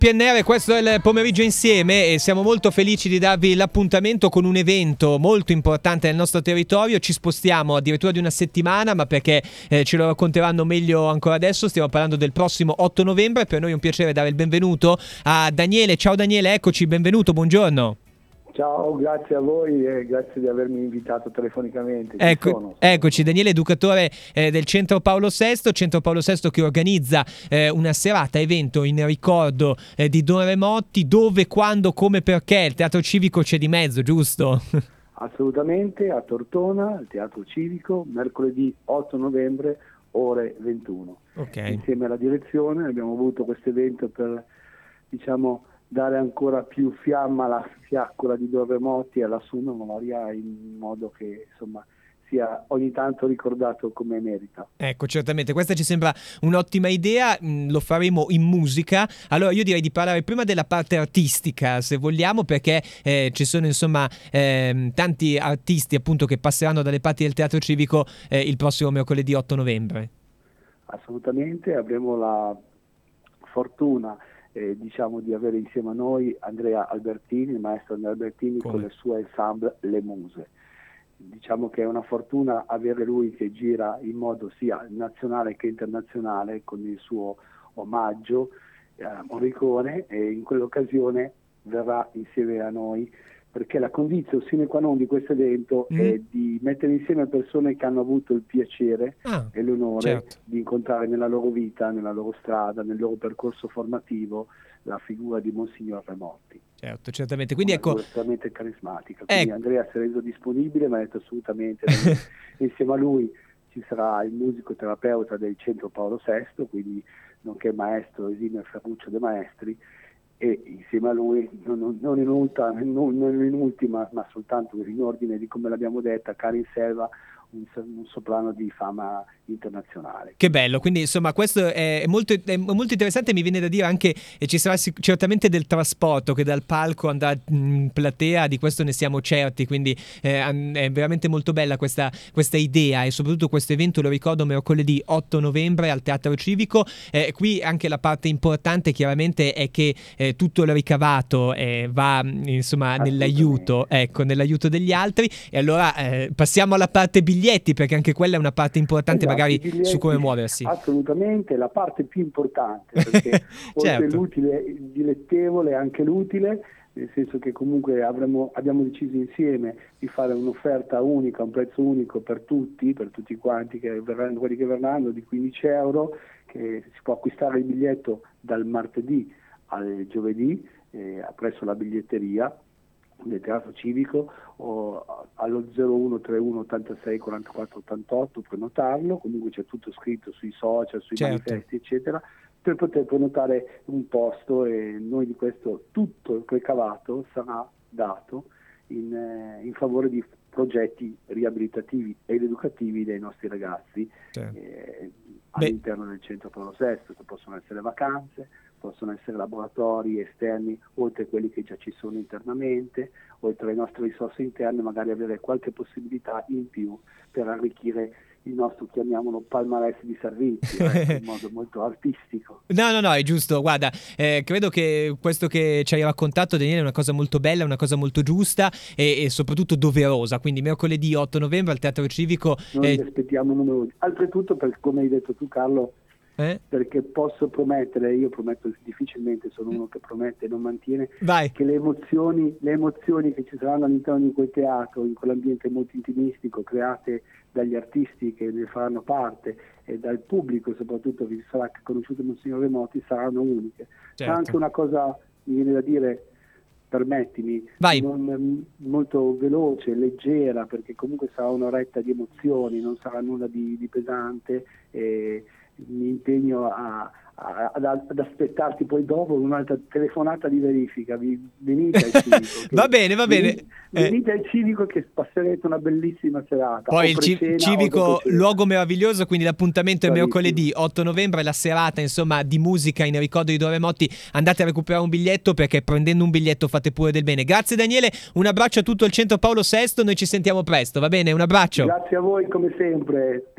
PNR, questo è il pomeriggio insieme e siamo molto felici di darvi l'appuntamento con un evento molto importante nel nostro territorio. Ci spostiamo addirittura di una settimana, ma perché ce lo racconteranno meglio ancora adesso. Stiamo parlando del prossimo 8 novembre. Per noi è un piacere dare il benvenuto a Daniele. Ciao Daniele, eccoci, benvenuto, buongiorno. Ciao, grazie a voi e grazie di avermi invitato telefonicamente. Eccoci, Daniele, educatore del Centro Paolo VI che organizza una serata evento in ricordo di Don Remotti. Dove, quando, come, perché? Il Teatro Civico c'è di mezzo, giusto? Assolutamente, a Tortona, al Teatro Civico, mercoledì 8 novembre, ore 21. Okay. Insieme alla direzione abbiamo avuto questo evento per, dare ancora più fiamma alla fiaccola di Don Remotti e alla sua memoria, in modo che sia ogni tanto ricordato come merita. Ecco, certamente, questa ci sembra un'ottima idea, lo faremo in musica. Allora io direi di parlare prima della parte artistica, se vogliamo, perché ci sono tanti artisti appunto che passeranno dalle parti del Teatro Civico il prossimo mercoledì 8 novembre. Assolutamente, avremo la fortuna di avere insieme a noi Andrea Albertini, il maestro Andrea Albertini, con il suo ensemble Le Muse. Diciamo che è una fortuna avere lui che gira in modo sia nazionale che internazionale con il suo omaggio a Morricone, e in quell'occasione verrà insieme a noi, perché la condizione sine qua non di questo evento è di mettere insieme persone che hanno avuto il piacere e l'onore di incontrare nella loro vita, nella loro strada, nel loro percorso formativo la figura di Monsignor Remotti. Certo, certamente. Quindi ecco, estremamente carismatica. Quindi Andrea si è reso disponibile, ma ha detto assolutamente. Insieme a lui ci sarà il musicoterapeuta del Centro Paolo VI, quindi nonché maestro Esimio Ferruccio De Maestri, e insieme a lui, non in ultima, ma soltanto in ordine di come l'abbiamo detta, Karin Selva, un soprano di fama internazionale. Che bello, quindi insomma questo è molto interessante. Mi viene da dire anche, e ci sarà certamente del trasporto che dal palco andrà in platea, di questo ne siamo certi, quindi è veramente molto bella questa idea, e soprattutto questo evento, lo ricordo, mercoledì 8 novembre al Teatro Civico. Qui anche la parte importante chiaramente è che tutto il ricavato va insomma nell'aiuto degli altri, e allora passiamo alla parte biglietti, perché anche quella è una parte importante, magari su come muoversi. Assolutamente, la parte più importante, perché oltre l'utile, il dilettevole, anche l'utile, nel senso che comunque abbiamo deciso insieme di fare un'offerta unica, un prezzo unico per tutti quanti quelli che verranno, di 15 euro, che si può acquistare il biglietto dal martedì al giovedì presso la biglietteria del Teatro Civico, o allo 0131 86 44 88 prenotarlo. Comunque c'è tutto scritto sui social, sui manifesti eccetera, per poter prenotare un posto, e noi di questo tutto il ricavato sarà dato in favore di progetti riabilitativi ed educativi dei nostri ragazzi all'interno del Centro Paolo VI, che possono essere vacanze, possono essere laboratori esterni, oltre a quelli che già ci sono internamente, oltre alle nostre risorse interne, magari avere qualche possibilità in più per arricchire il nostro, chiamiamolo, palmarès di servizi, in modo molto artistico. No, è giusto. Guarda, credo che questo che ci hai raccontato, Daniele, è una cosa molto bella, una cosa molto giusta e soprattutto doverosa. Quindi mercoledì 8 novembre al Teatro Civico. Noi li aspettiamo numerosi. Oltretutto, come hai detto tu, Carlo, perché posso promettere, io prometto difficilmente, sono uno che promette e non mantiene, che le emozioni che ci saranno all'interno di quel teatro, in quell'ambiente molto intimistico, create dagli artisti che ne faranno parte e dal pubblico soprattutto che sarà conosciuto Monsignor Remotti, saranno uniche. C'è anche una cosa, mi viene da dire, permettimi, molto veloce, leggera, perché comunque sarà un'oretta di emozioni, non sarà nulla di pesante, e mi impegno ad aspettarti poi dopo un'altra telefonata di verifica. Venite al Civico. Va bene. Venite al Civico, che passerete una bellissima serata. Poi il Civico, luogo meraviglioso, quindi l'appuntamento è mercoledì 8 novembre, la serata insomma di musica in ricordo di Don Remotti. Andate a recuperare un biglietto, perché prendendo un biglietto fate pure del bene. Grazie Daniele, un abbraccio a tutto il Centro Paolo VI, noi ci sentiamo presto, va bene? Un abbraccio. Grazie a voi come sempre.